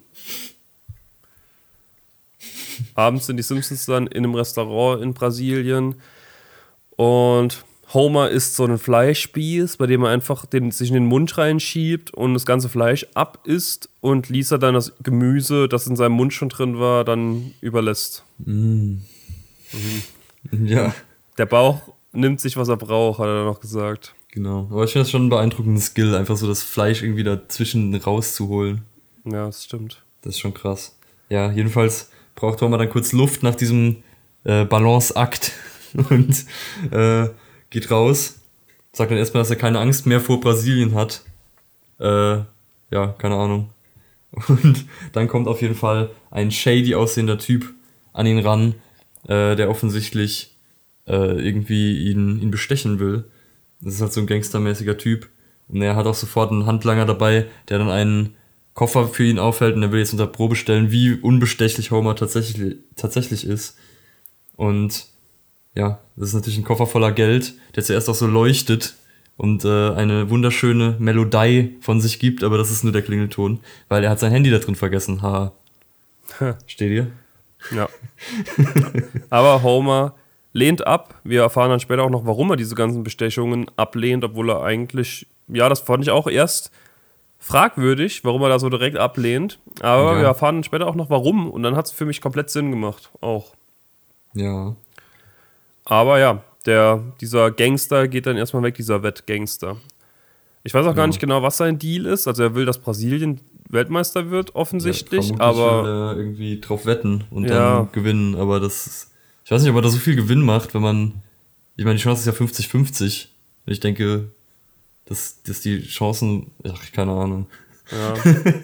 Abends sind die Simpsons dann in einem Restaurant in Brasilien und Homer isst so einen Fleischspieß, bei dem er einfach den, sich in den Mund reinschiebt und das ganze Fleisch abisst und Lisa dann das Gemüse, das in seinem Mund schon drin war, dann überlässt. Mm. Mhm. Ja, Der Bauch nimmt sich, was er braucht, hat er noch gesagt. genau. Aber ich finde das schon ein beeindruckender Skill, einfach so das Fleisch irgendwie dazwischen rauszuholen. Ja, das stimmt. Das ist schon krass. Ja, jedenfalls braucht Homer dann kurz Luft nach diesem äh, Balanceakt und äh, geht raus. Sagt dann erstmal, dass er keine Angst mehr vor Brasilien hat. Äh, ja, keine Ahnung. Und dann kommt auf jeden Fall ein shady aussehender Typ an ihn ran, äh, der offensichtlich äh, irgendwie ihn, ihn bestechen will. Das ist halt so ein gangstermäßiger Typ. Und er hat auch sofort einen Handlanger dabei, der dann einen Koffer für ihn aufhält und er will jetzt unter Probe stellen, wie unbestechlich Homer tatsächlich, tatsächlich ist. Und ja, das ist natürlich ein Koffer voller Geld, der zuerst auch so leuchtet und äh, eine wunderschöne Melodie von sich gibt, aber das ist nur der Klingelton, weil er hat sein Handy da drin vergessen. Ha. Steht ihr? Ja. Aber Homer lehnt ab. Wir erfahren dann später auch noch, warum er diese ganzen Bestechungen ablehnt, obwohl er eigentlich, ja, das fand ich auch erst fragwürdig, warum er da so direkt ablehnt. Aber Ja. wir erfahren dann später auch noch, warum. Und dann hat es für mich komplett Sinn gemacht. Auch. Ja. Aber ja, der, dieser Gangster geht dann erstmal weg, dieser Wettgangster. Ich weiß auch gar Ja. nicht genau, was sein Deal ist. Also er will, dass Brasilien Weltmeister wird, offensichtlich. Ja, vermutlich aber will er irgendwie drauf wetten und Ja. dann gewinnen, aber das ist, ich weiß nicht, ob er da so viel Gewinn macht, wenn man, ich meine, die Chance ist ja fünfzig fünfzig. Und ich denke, dass, dass die Chancen, ach, keine Ahnung. ja.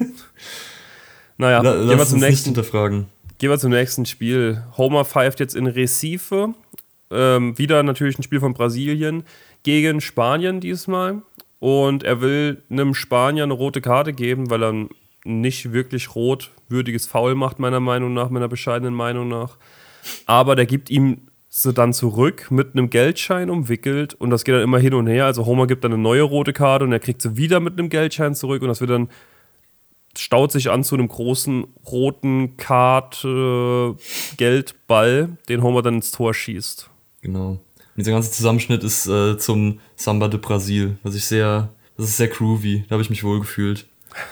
Naja, La, gehen wir lass zum uns nicht nächsten. hinterfragen. Gehen wir zum nächsten Spiel. Homer pfeift jetzt in Recife. Ähm, wieder natürlich ein Spiel von Brasilien gegen Spanien diesmal. Und er will einem Spanier eine rote Karte geben, weil er ein nicht wirklich rot würdiges Foul macht, meiner Meinung nach, meiner bescheidenen Meinung nach. Aber der gibt ihm sie dann zurück mit einem Geldschein umwickelt und das geht dann immer hin und her. Also Homer gibt dann eine neue rote Karte und er kriegt sie wieder mit einem Geldschein zurück und das wird dann staut sich an zu einem großen roten Kart-Geldball, den Homer dann ins Tor schießt. Genau. Und dieser ganze Zusammenschnitt ist äh, zum Samba de Brasil, was ich sehr, das ist sehr groovy, da habe ich mich wohl gefühlt.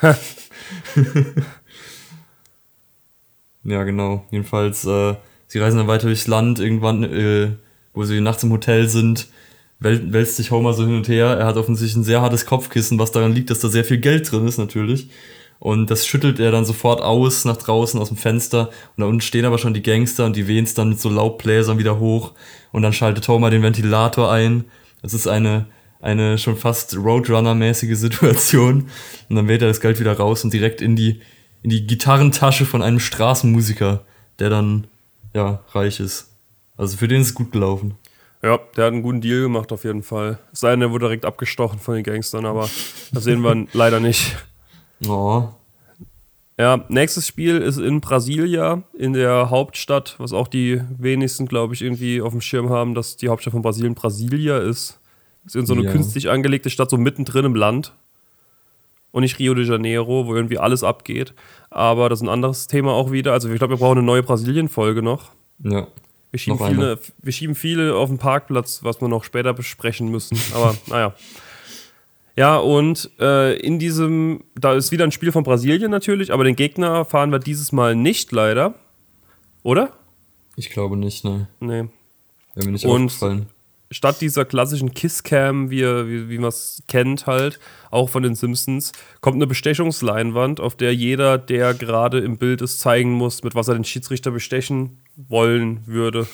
Ja, genau. Jedenfalls, äh, sie reisen dann weiter durchs Land, irgendwann, äh, wo sie nachts im Hotel sind, wäl- wälzt sich Homer so hin und her. Er hat offensichtlich ein sehr hartes Kopfkissen, was daran liegt, dass da sehr viel Geld drin ist, natürlich. Und das schüttelt er dann sofort aus nach draußen aus dem Fenster. Und da unten stehen aber schon die Gangster und die wehen es dann mit so Laubbläsern wieder hoch. Und dann schaltet Homer den Ventilator ein. Das ist eine, eine schon fast Roadrunner-mäßige Situation. Und dann weht er das Geld wieder raus und direkt in die, in die Gitarrentasche von einem Straßenmusiker, der dann, ja, reich ist. Also für den ist es gut gelaufen. Ja, der hat einen guten Deal gemacht auf jeden Fall. Es sei denn, der wurde direkt abgestochen von den Gangstern, aber das sehen wir leider nicht. Oh. Ja, nächstes Spiel ist in Brasilia, in der Hauptstadt, was auch die wenigsten, glaube ich, irgendwie auf dem Schirm haben, dass die Hauptstadt von Brasilien Brasilia ist. Das ist in so eine Ja. künstlich angelegte Stadt, so mittendrin im Land. Und nicht Rio de Janeiro, wo irgendwie alles abgeht. Aber das ist ein anderes Thema auch wieder. Also ich glaube, wir brauchen eine neue Brasilien-Folge noch. Ja. Wir schieben, Noch viele, eine. wir schieben viele auf den Parkplatz, was wir noch später besprechen müssen. Aber naja. Ja, und äh, in diesem, da ist wieder ein Spiel von Brasilien natürlich, aber den Gegner erfahren wir dieses Mal nicht, leider. Oder? Ich glaube nicht, ne. Nee. Wäre mir nicht Und- aufgefallen. Statt dieser klassischen Kisscam, wie, wie, wie man es kennt halt, auch von den Simpsons, kommt eine Bestechungsleinwand, auf der jeder, der gerade im Bild ist, zeigen muss, mit was er den Schiedsrichter bestechen wollen würde.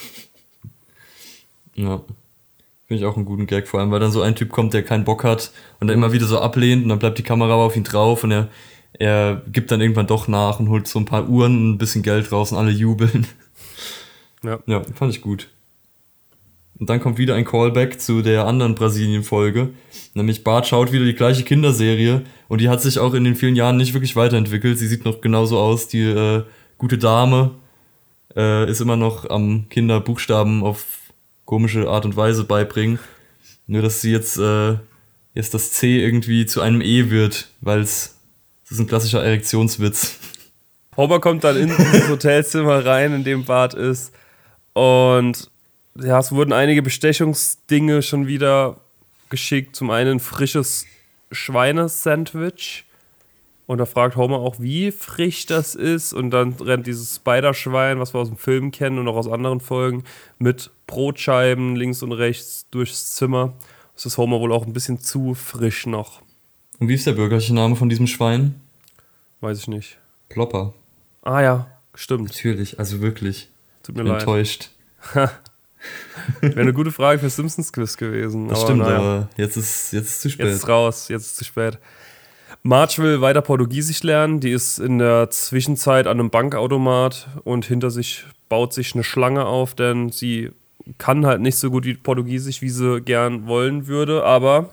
Ja. Finde ich auch einen guten Gag, vor allem, weil dann so ein Typ kommt, der keinen Bock hat und der immer wieder so ablehnt und dann bleibt die Kamera aber auf ihn drauf und er, er gibt dann irgendwann doch nach und holt so ein paar Uhren und ein bisschen Geld raus und alle jubeln. Ja. Ja, fand ich gut. Und dann kommt wieder ein Callback zu der anderen Brasilien-Folge. Nämlich Bart schaut wieder die gleiche Kinderserie und die hat sich auch in den vielen Jahren nicht wirklich weiterentwickelt. Sie sieht noch genauso aus. Die äh, gute Dame äh, ist immer noch am Kinderbuchstaben auf komische Art und Weise beibringen. Nur, dass sie jetzt, äh, jetzt das C irgendwie zu einem E wird, weil es das ist ein klassischer Erektionswitz. Homer kommt dann in dieses Hotelzimmer rein, in dem Bart ist. Und ja, es wurden einige Bestechungsdinge schon wieder geschickt. Zum einen ein frisches Schweinesandwich. Und da fragt Homer auch, wie frisch das ist. Und dann rennt dieses Spider-Schwein, was wir aus dem Film kennen und auch aus anderen Folgen, mit Brotscheiben links und rechts durchs Zimmer. Das ist Homer wohl auch ein bisschen zu frisch noch. Und wie ist der bürgerliche Name von diesem Schwein? Weiß ich nicht. Plopper. Ah ja, stimmt. Natürlich, also wirklich. Tut mir Bin leid. enttäuscht. Wäre eine gute Frage für Simpsons-Quiz gewesen. Das aber stimmt, naja. aber jetzt ist, jetzt ist es zu spät. Jetzt ist raus, jetzt ist zu spät. Marge will weiter Portugiesisch lernen. Die ist in der Zwischenzeit an einem Bankautomat und hinter sich baut sich eine Schlange auf, denn sie kann halt nicht so gut wie Portugiesisch, wie sie gern wollen würde, aber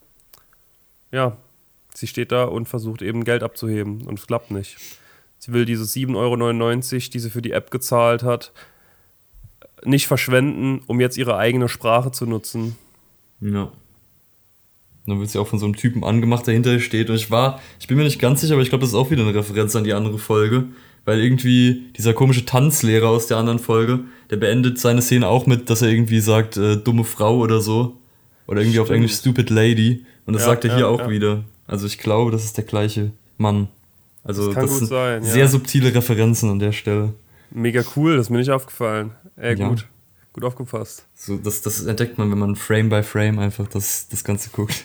ja, sie steht da und versucht eben Geld abzuheben und es klappt nicht. Sie will diese sieben Euro neunundneunzig, die sie für die App gezahlt hat, nicht verschwenden, um jetzt ihre eigene Sprache zu nutzen. Ja. Dann wird sie auch von so einem Typen angemacht, der hinter ihr steht. Und ich war, ich bin mir nicht ganz sicher, aber ich glaube, das ist auch wieder eine Referenz an die andere Folge. Weil irgendwie dieser komische Tanzlehrer aus der anderen Folge, der beendet seine Szene auch mit, dass er irgendwie sagt, äh, dumme Frau oder so. Oder irgendwie auf Stimmt. Englisch Stupid Lady. Und das Ja, sagt er hier ja, auch ja. wieder. Also ich glaube, das ist der gleiche Mann. Also Das kann gut sind sein, ja. sehr subtile Referenzen an der Stelle. Mega cool, das ist mir nicht aufgefallen. Ey, Ja. gut. Gut aufgepasst. So, das, das entdeckt man, wenn man Frame by Frame einfach das, das Ganze guckt.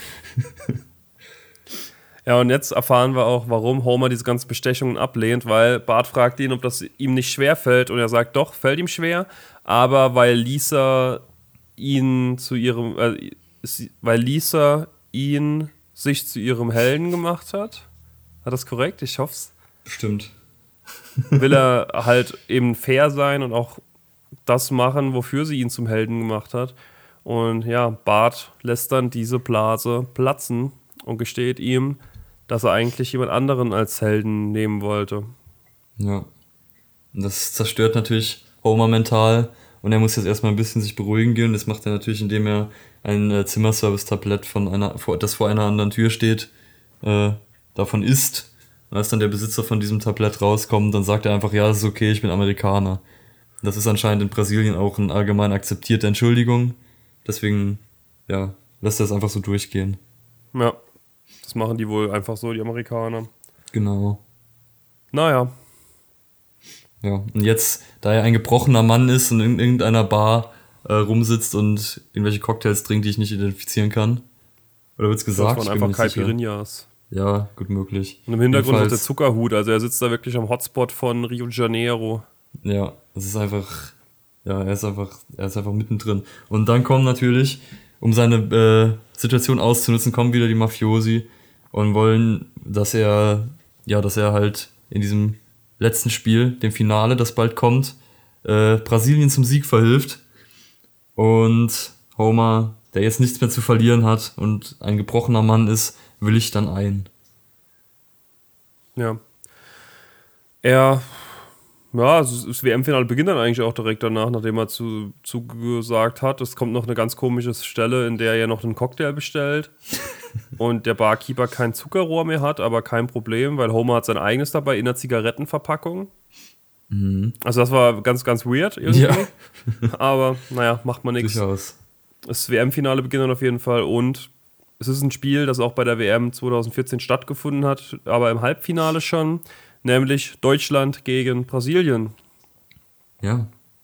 Ja, und jetzt erfahren wir auch, warum Homer diese ganzen Bestechungen ablehnt, weil Bart fragt ihn, ob das ihm nicht schwer fällt und er sagt, doch, fällt ihm schwer, aber weil Lisa ihn zu ihrem, äh, sie- weil Lisa ihn sich zu ihrem Helden gemacht hat. Hat das korrekt? Ich hoff's. Bestimmt. Will er halt eben fair sein und auch das machen, wofür sie ihn zum Helden gemacht hat. Und ja, Bart lässt dann diese Blase platzen und gesteht ihm, dass er eigentlich jemand anderen als Helden nehmen wollte. Ja. Und das zerstört natürlich Homer mental und er muss jetzt erstmal ein bisschen sich beruhigen gehen. Das macht er natürlich, indem er ein äh, Zimmerservice-Tablett von einer, vor, das vor einer anderen Tür steht, äh, davon isst. Und als dann der Besitzer von diesem Tablett rauskommt, dann sagt er einfach, ja, das ist okay, ich bin Amerikaner. Das ist anscheinend in Brasilien auch eine allgemein akzeptierte Entschuldigung. Deswegen, ja, lässt er es einfach so durchgehen. Ja, das machen die wohl einfach so, die Amerikaner. Genau. Naja, Ja, und jetzt, da er ein gebrochener Mann ist und in irgendeiner Bar äh, rumsitzt und irgendwelche Cocktails trinkt, die ich nicht identifizieren kann. Oder wird's gesagt? das Ich waren bin mir einfach nicht sicher. Caipirinhas. Ja, gut möglich. Und im Hintergrund ist Jedenfalls, der Zuckerhut, also er sitzt da wirklich am Hotspot von Rio de Janeiro. Ja, es ist einfach, ja, er ist einfach, er ist einfach mittendrin. Und dann kommen natürlich, um seine äh, Situation auszunutzen, kommen wieder die Mafiosi und wollen, dass er, ja, dass er halt in diesem letzten Spiel, dem Finale, das bald kommt, äh, Brasilien zum Sieg verhilft. Und Homer, der jetzt nichts mehr zu verlieren hat und ein gebrochener Mann ist, willigt dann ein. Ja. Er, ja, also das W M-Finale beginnt dann eigentlich auch direkt danach, nachdem er zu, zugesagt hat. Es kommt noch eine ganz komische Stelle, in der er noch einen Cocktail bestellt und der Barkeeper kein Zuckerrohr mehr hat, aber kein Problem, weil Homer hat sein eigenes dabei in einer Zigarettenverpackung. Mhm. Also das war ganz, ganz weird irgendwie. Ja. Aber naja, macht man nichts. Durchaus. Das W M-Finale beginnt dann auf jeden Fall und es ist ein Spiel, das auch bei der W M zwanzig vierzehn stattgefunden hat, aber im Halbfinale schon, nämlich Deutschland gegen Brasilien. Ja.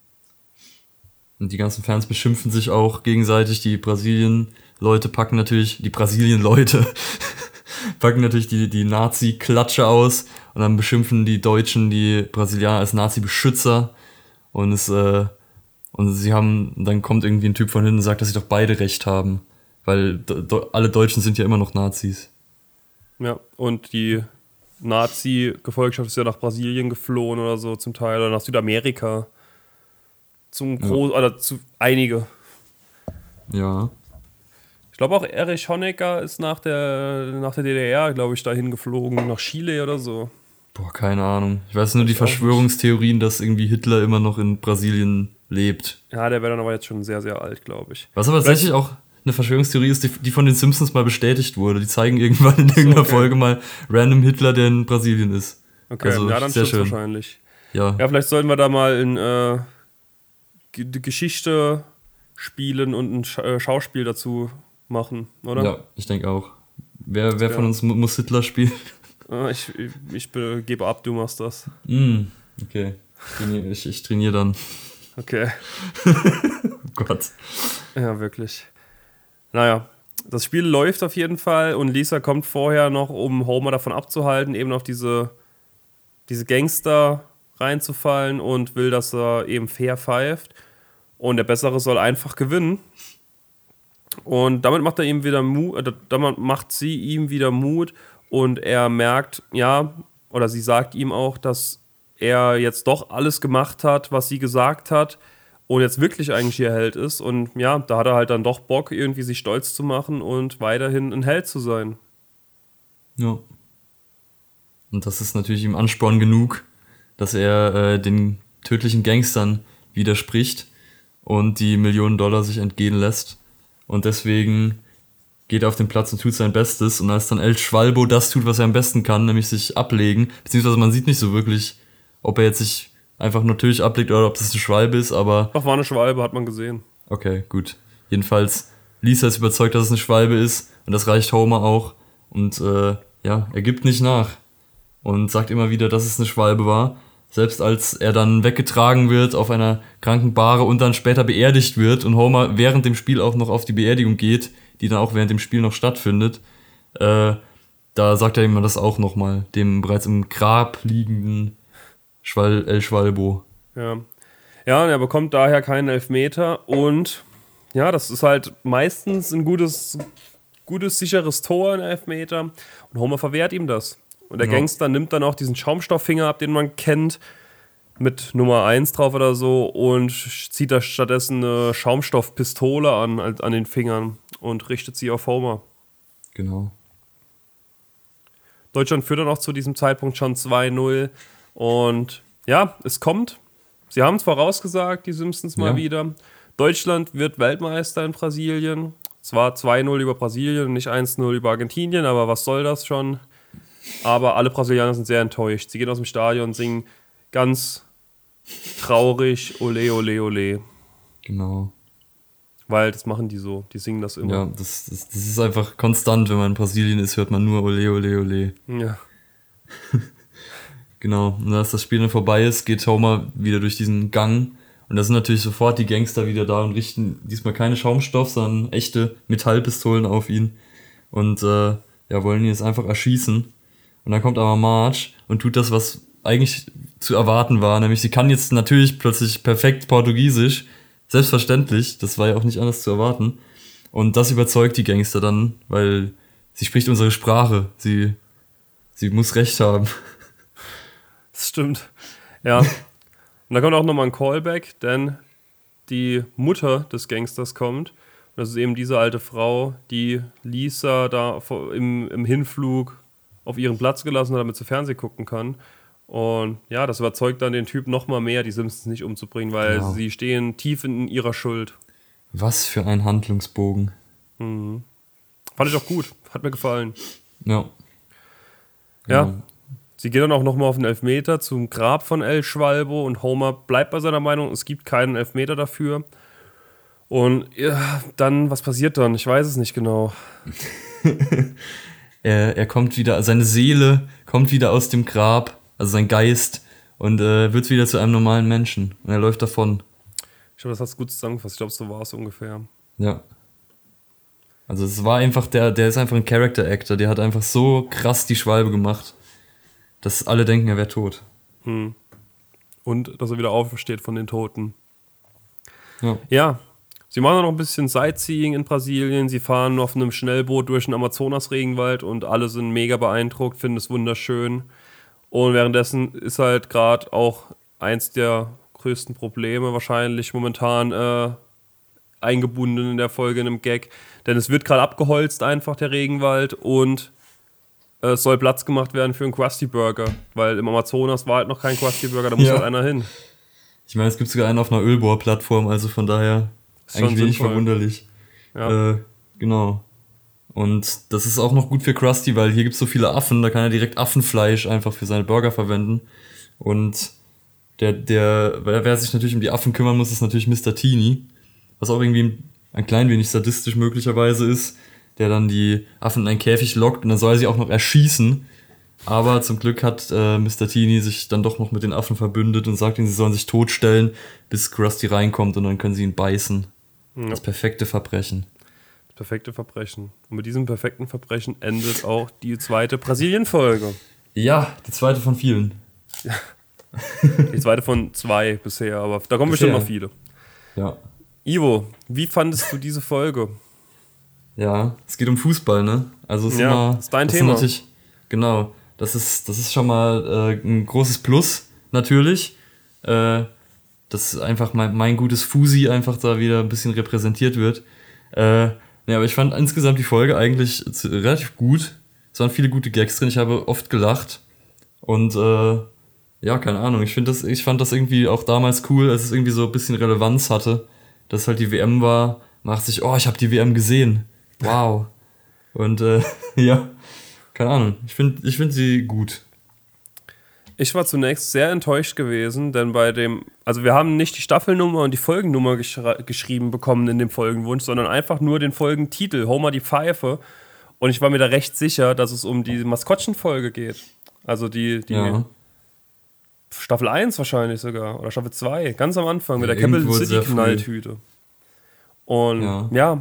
Und die ganzen Fans beschimpfen sich auch gegenseitig. Die Brasilien-Leute packen natürlich, die Brasilien-Leute packen natürlich die, die Nazi-Klatsche aus und dann beschimpfen die Deutschen die Brasilianer als Nazi-Beschützer und es, äh, und sie haben, dann kommt irgendwie ein Typ von hinten und sagt, dass sie doch beide recht haben. Weil do, alle Deutschen sind ja immer noch Nazis. Ja, und die Nazi-Gefolgschaft ist ja nach Brasilien geflohen oder so zum Teil, oder nach Südamerika. Zum Groß- ja. oder zu einige. Ja. Ich glaube auch Erich Honecker ist nach der, nach der D D R, glaube ich, dahin geflogen, nach Chile oder so. Boah, keine Ahnung. Ich weiß nur die Verschwörungstheorien, dass irgendwie Hitler immer noch in Brasilien lebt. Ja, der wäre dann aber jetzt schon sehr, sehr alt, glaube ich. Was aber tatsächlich auch eine Verschwörungstheorie ist, die, die von den Simpsons mal bestätigt wurde. Die zeigen irgendwann in irgendeiner okay. Folge mal random Hitler, der in Brasilien ist. Okay, also, ja, dann sehr stimmt's schön. wahrscheinlich. Ja. ja, vielleicht sollten wir da mal in äh, G- Geschichte spielen und ein Sch- äh, Schauspiel dazu machen, oder? Ja, ich denke auch. Wer, wer ja. von uns mu- muss Hitler spielen? Äh, ich ich, ich be- gebe ab, du machst das. Mm, okay, ich trainiere, ich, ich trainiere dann. Okay. Oh Gott. Ja, wirklich. Naja, das Spiel läuft auf jeden Fall und Lisa kommt vorher noch, um Homer davon abzuhalten, eben auf diese, diese Gangster reinzufallen und will, dass er eben fair pfeift. Und der Bessere soll einfach gewinnen. Und damit macht er ihm wieder Mut, äh, damit macht sie ihm wieder Mut und er merkt, ja, oder sie sagt ihm auch, dass er jetzt doch alles gemacht hat, was sie gesagt hat und jetzt wirklich eigentlich ihr Held ist. Und ja, da hat er halt dann doch Bock, irgendwie sich stolz zu machen und weiterhin ein Held zu sein. Ja. Und das ist natürlich ihm Ansporn genug, dass er äh, den tödlichen Gangstern widerspricht und die Millionen Dollar sich entgehen lässt. Und deswegen geht er auf den Platz und tut sein Bestes. Und als dann El Schwalbo das tut, was er am besten kann, nämlich sich ablegen, beziehungsweise man sieht nicht so wirklich, ob er jetzt sich einfach natürlich ablegt oder ob das eine Schwalbe ist, aber... Ach, war eine Schwalbe, hat man gesehen. Okay, gut. Jedenfalls, Lisa ist überzeugt, dass es eine Schwalbe ist und das reicht Homer auch. Und äh, ja, er gibt nicht nach und sagt immer wieder, dass es eine Schwalbe war. Selbst als er dann weggetragen wird auf einer Krankenbahre und dann später beerdigt wird und Homer während dem Spiel auch noch auf die Beerdigung geht, die dann auch während dem Spiel noch stattfindet, äh, da sagt er immer das auch nochmal, dem bereits im Grab liegenden Schwal- El Schwalbo. Ja. Ja, und er bekommt daher keinen Elfmeter und ja, das ist halt meistens ein gutes, gutes sicheres Tor, ein Elfmeter und Homer verwehrt ihm das. Und der ja. Gangster nimmt dann auch diesen Schaumstofffinger ab, den man kennt, mit Nummer eins drauf oder so und zieht da stattdessen eine Schaumstoffpistole an, an den Fingern und richtet sie auf Homer. Genau. Deutschland führt dann auch zu diesem Zeitpunkt schon zwei null und ja, es kommt. Sie haben es vorausgesagt, die Simpsons mal ja. wieder. Deutschland wird Weltmeister in Brasilien. Zwar zwei null über Brasilien und nicht eins null über Argentinien, aber was soll das schon? Aber alle Brasilianer sind sehr enttäuscht. Sie gehen aus dem Stadion und singen ganz traurig Ole, ole, ole. Genau. Weil das machen die so. Die singen das immer. Ja, das, das, das ist einfach konstant. Wenn man in Brasilien ist, hört man nur Ole, ole, ole. Ja. Genau. Und als das Spiel dann vorbei ist, geht Homer wieder durch diesen Gang. Und da sind natürlich sofort die Gangster wieder da und richten diesmal keine Schaumstoff, sondern echte Metallpistolen auf ihn. Und äh, ja, wollen ihn jetzt einfach erschießen. Und dann kommt aber Marge und tut das, was eigentlich zu erwarten war. Nämlich sie kann jetzt natürlich plötzlich perfekt Portugiesisch. Selbstverständlich, das war ja auch nicht anders zu erwarten. Und das überzeugt die Gangster dann, weil sie spricht unsere Sprache. Sie, sie muss Recht haben. Das stimmt. Ja. Und da kommt auch nochmal ein Callback, denn die Mutter des Gangsters kommt. Und das ist eben diese alte Frau, die Lisa da im, im Hinflug auf ihren Platz gelassen hat, damit sie Fernsehen gucken kann. Und ja, das überzeugt dann den Typ nochmal mehr, die Simpsons nicht umzubringen, weil genau. sie stehen tief in ihrer Schuld. Was für ein Handlungsbogen. Mhm. Fand ich auch gut, hat mir gefallen. Ja. Ja, ja. Sie gehen dann auch nochmal auf den Elfmeter zum Grab von El Schwalbe und Homer bleibt bei seiner Meinung, es gibt keinen Elfmeter dafür. Und ja, dann, was passiert dann? Ich weiß es nicht genau. er, er kommt wieder, seine Seele kommt wieder aus dem Grab, also sein Geist, und äh, wird wieder zu einem normalen Menschen. Und er läuft davon. Ich glaube, das hast du gut zusammengefasst. Ich glaube, so war es ungefähr. Ja. Also es war einfach, der, der ist einfach ein Character-Actor, der hat einfach so krass die Schwalbe gemacht, dass alle denken, er wäre tot. Hm. Und dass er wieder aufersteht von den Toten. Ja. Ja. Sie machen noch ein bisschen Sightseeing in Brasilien. Sie fahren auf einem Schnellboot durch den Amazonas-Regenwald und alle sind mega beeindruckt, finden es wunderschön. Und währenddessen ist halt gerade auch eins der größten Probleme wahrscheinlich momentan äh, eingebunden in der Folge in einem Gag. Denn es wird gerade abgeholzt einfach, der Regenwald, und äh, es soll Platz gemacht werden für einen Krusty Burger. Weil im Amazonas war halt noch kein Krusty Burger, da muss ja. halt einer hin. Ich meine, es gibt sogar einen auf einer Ölbohrplattform, also von daher ist eigentlich wenig verwunderlich. Ja. Äh, genau. Und das ist auch noch gut für Krusty, weil hier gibt es so viele Affen, da kann er direkt Affenfleisch einfach für seine Burger verwenden. Und der, der, wer sich natürlich um die Affen kümmern muss, ist natürlich Mister Teeny, was auch irgendwie ein klein wenig sadistisch möglicherweise ist, der dann die Affen in einen Käfig lockt und dann soll er sie auch noch erschießen. Aber zum Glück hat äh, Mister Teeny sich dann doch noch mit den Affen verbündet und sagt ihnen, sie sollen sich totstellen, bis Krusty reinkommt und dann können sie ihn beißen. Ja. Das perfekte Verbrechen. Das perfekte Verbrechen. Und mit diesem perfekten Verbrechen endet auch die zweite Brasilien-Folge. Ja, die zweite von vielen. Ja. Die zweite von zwei bisher, aber da kommen bestimmt noch viele. Ja. Ivo, wie fandest du diese Folge? Ja, es geht um Fußball, ne? Also es ist ja, immer, das ist dein das Thema. Ist natürlich, genau, das ist, das ist schon mal äh, ein großes Plus, natürlich. Äh, dass einfach mein, mein gutes Fusi einfach da wieder ein bisschen repräsentiert wird. Äh, ja, aber ich fand insgesamt die Folge eigentlich relativ gut. Es waren viele gute Gags drin, ich habe oft gelacht. Und äh, ja, keine Ahnung, ich, find das, ich fand das irgendwie auch damals cool, als es irgendwie so ein bisschen Relevanz hatte, dass halt die W M war, macht sich, oh, ich habe die W M gesehen. Wow. Und äh, ja, keine Ahnung, ich finde ich find sie gut. Ich war zunächst sehr enttäuscht gewesen, denn bei dem, also wir haben nicht die Staffelnummer und die Folgennummer geschra- geschrieben bekommen in dem Folgenwunsch, sondern einfach nur den Folgentitel, Homer die Pfeife. Und ich war mir da recht sicher, dass es um die Maskottchenfolge geht. Also die, die Ja. Staffel eins wahrscheinlich sogar, oder Staffel zwei, ganz am Anfang mit Ja, der Capital irgendwo City sehr früh. Knalltüte. Und Ja. ja,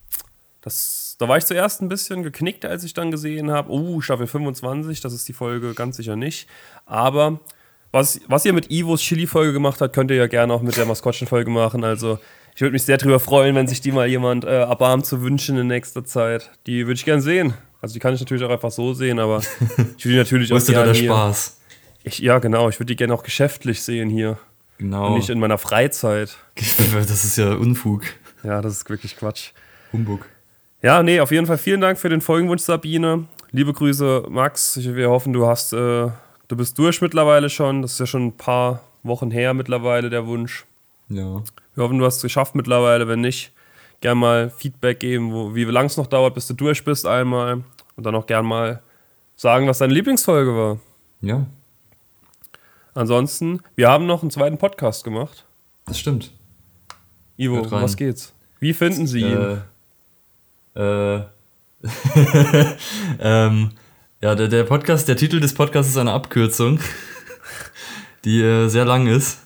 das, da war ich zuerst ein bisschen geknickt, als ich dann gesehen habe, oh, Staffel fünfundzwanzig, das ist die Folge ganz sicher nicht. Aber was, was ihr mit Ivos Chili-Folge gemacht habt, könnt ihr ja gerne auch mit der Maskottchen-Folge machen. Also ich würde mich sehr drüber freuen, wenn sich die mal jemand äh, erbarmt zu wünschen in nächster Zeit. Die würde ich gerne sehen. Also die kann ich natürlich auch einfach so sehen, aber ich würde die natürlich Wo auch ist denn da gerne der hier. Spaß? Ich, ja, genau. Ich würde die gerne auch geschäftlich sehen hier. Genau. Und nicht in meiner Freizeit. Das ist ja Unfug. Ja, das ist wirklich Quatsch. Humbug. Ja, nee, auf jeden Fall vielen Dank für den Folgenwunsch, Sabine. Liebe Grüße, Max. Ich, wir hoffen, du hast, äh, du bist durch mittlerweile schon. Das ist ja schon ein paar Wochen her mittlerweile, der Wunsch. Ja. Wir hoffen, du hast es geschafft mittlerweile. Wenn nicht, gern mal Feedback geben, wo, wie lang es noch dauert, bis du durch bist einmal. Und dann auch gern mal sagen, was deine Lieblingsfolge war. Ja. Ansonsten, wir haben noch einen zweiten Podcast gemacht. Das stimmt. Ivo, um was geht's? Wie finden Sie ihn? Äh, äh, ähm, ja, der, der Podcast, der Titel des Podcasts ist eine Abkürzung, die äh, sehr lang ist.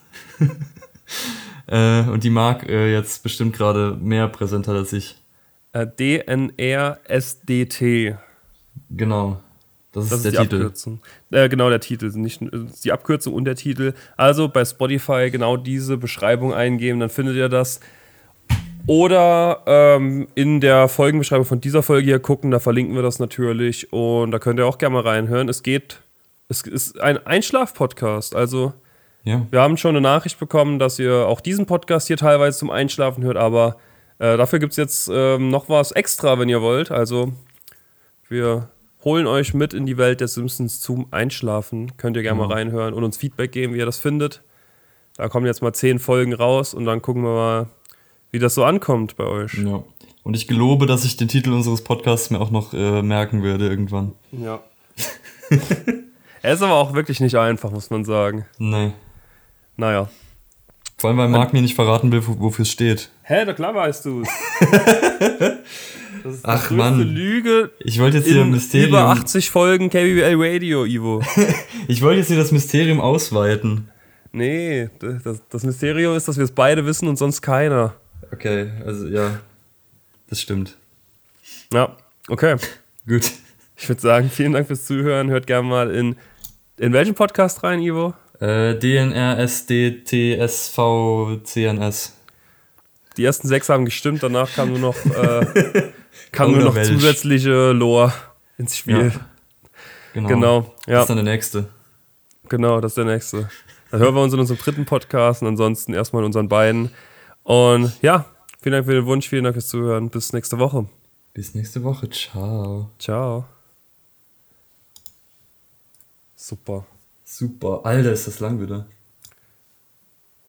äh, und die Marc äh, jetzt bestimmt gerade mehr präsent hat als ich. Äh, D N R S D T. Genau. Das, Das ist ist der die Titel. Abkürzung. Äh, genau, der Titel. Nicht äh, die Abkürzung und der Titel. Also bei Spotify genau diese Beschreibung eingeben, dann findet ihr das. Oder ähm, in der Folgenbeschreibung von dieser Folge hier gucken, da verlinken wir das natürlich. Und da könnt ihr auch gerne mal reinhören. Es geht, es ist ein Einschlaf-Podcast. Also Ja. wir haben schon eine Nachricht bekommen, dass ihr auch diesen Podcast hier teilweise zum Einschlafen hört. Aber äh, dafür gibt es jetzt ähm, noch was extra, wenn ihr wollt. Also wir holen euch mit in die Welt der Simpsons zum Einschlafen. Könnt ihr gerne Ja. mal reinhören und uns Feedback geben, wie ihr das findet. Da kommen jetzt mal zehn Folgen raus und dann gucken wir mal, wie das so ankommt bei euch. Ja. Und ich gelobe, dass ich den Titel unseres Podcasts mir auch noch äh, merken werde irgendwann. Ja. Er ist aber auch wirklich nicht einfach, muss man sagen. Nee. Naja. Vor allem, weil Marc mir nicht verraten will, wofür es steht. Hä, na klar weißt du es. Das ist die Ach, größte Mann. Lüge Ich wollte jetzt hier ein in Mysterium. über achtzig Folgen K B L Radio, Ivo. Ich wollte jetzt hier das Mysterium ausweiten. Nee, das, das Mysterium ist, dass wir es beide wissen und sonst keiner. Okay, also ja. Das stimmt. Ja, okay. Gut. Ich würde sagen, vielen Dank fürs Zuhören. Hört gerne mal in, in welchen Podcast rein, Ivo? Äh, D N R S D T S V C N S. Die ersten sechs haben gestimmt, danach kam nur noch, äh, kam nur noch Kauderwelsch. zusätzliche Lore ins Spiel. Ja. Genau. Genau, Das ja, ist dann der nächste. genau, das ist der nächste. Dann hören wir uns in unserem dritten Podcast und ansonsten erstmal in unseren beiden. Und ja, vielen Dank für den Wunsch, vielen Dank fürs Zuhören. Bis nächste Woche. Bis nächste Woche. Ciao. Ciao. Super. Super. Alter, ist das lang wieder.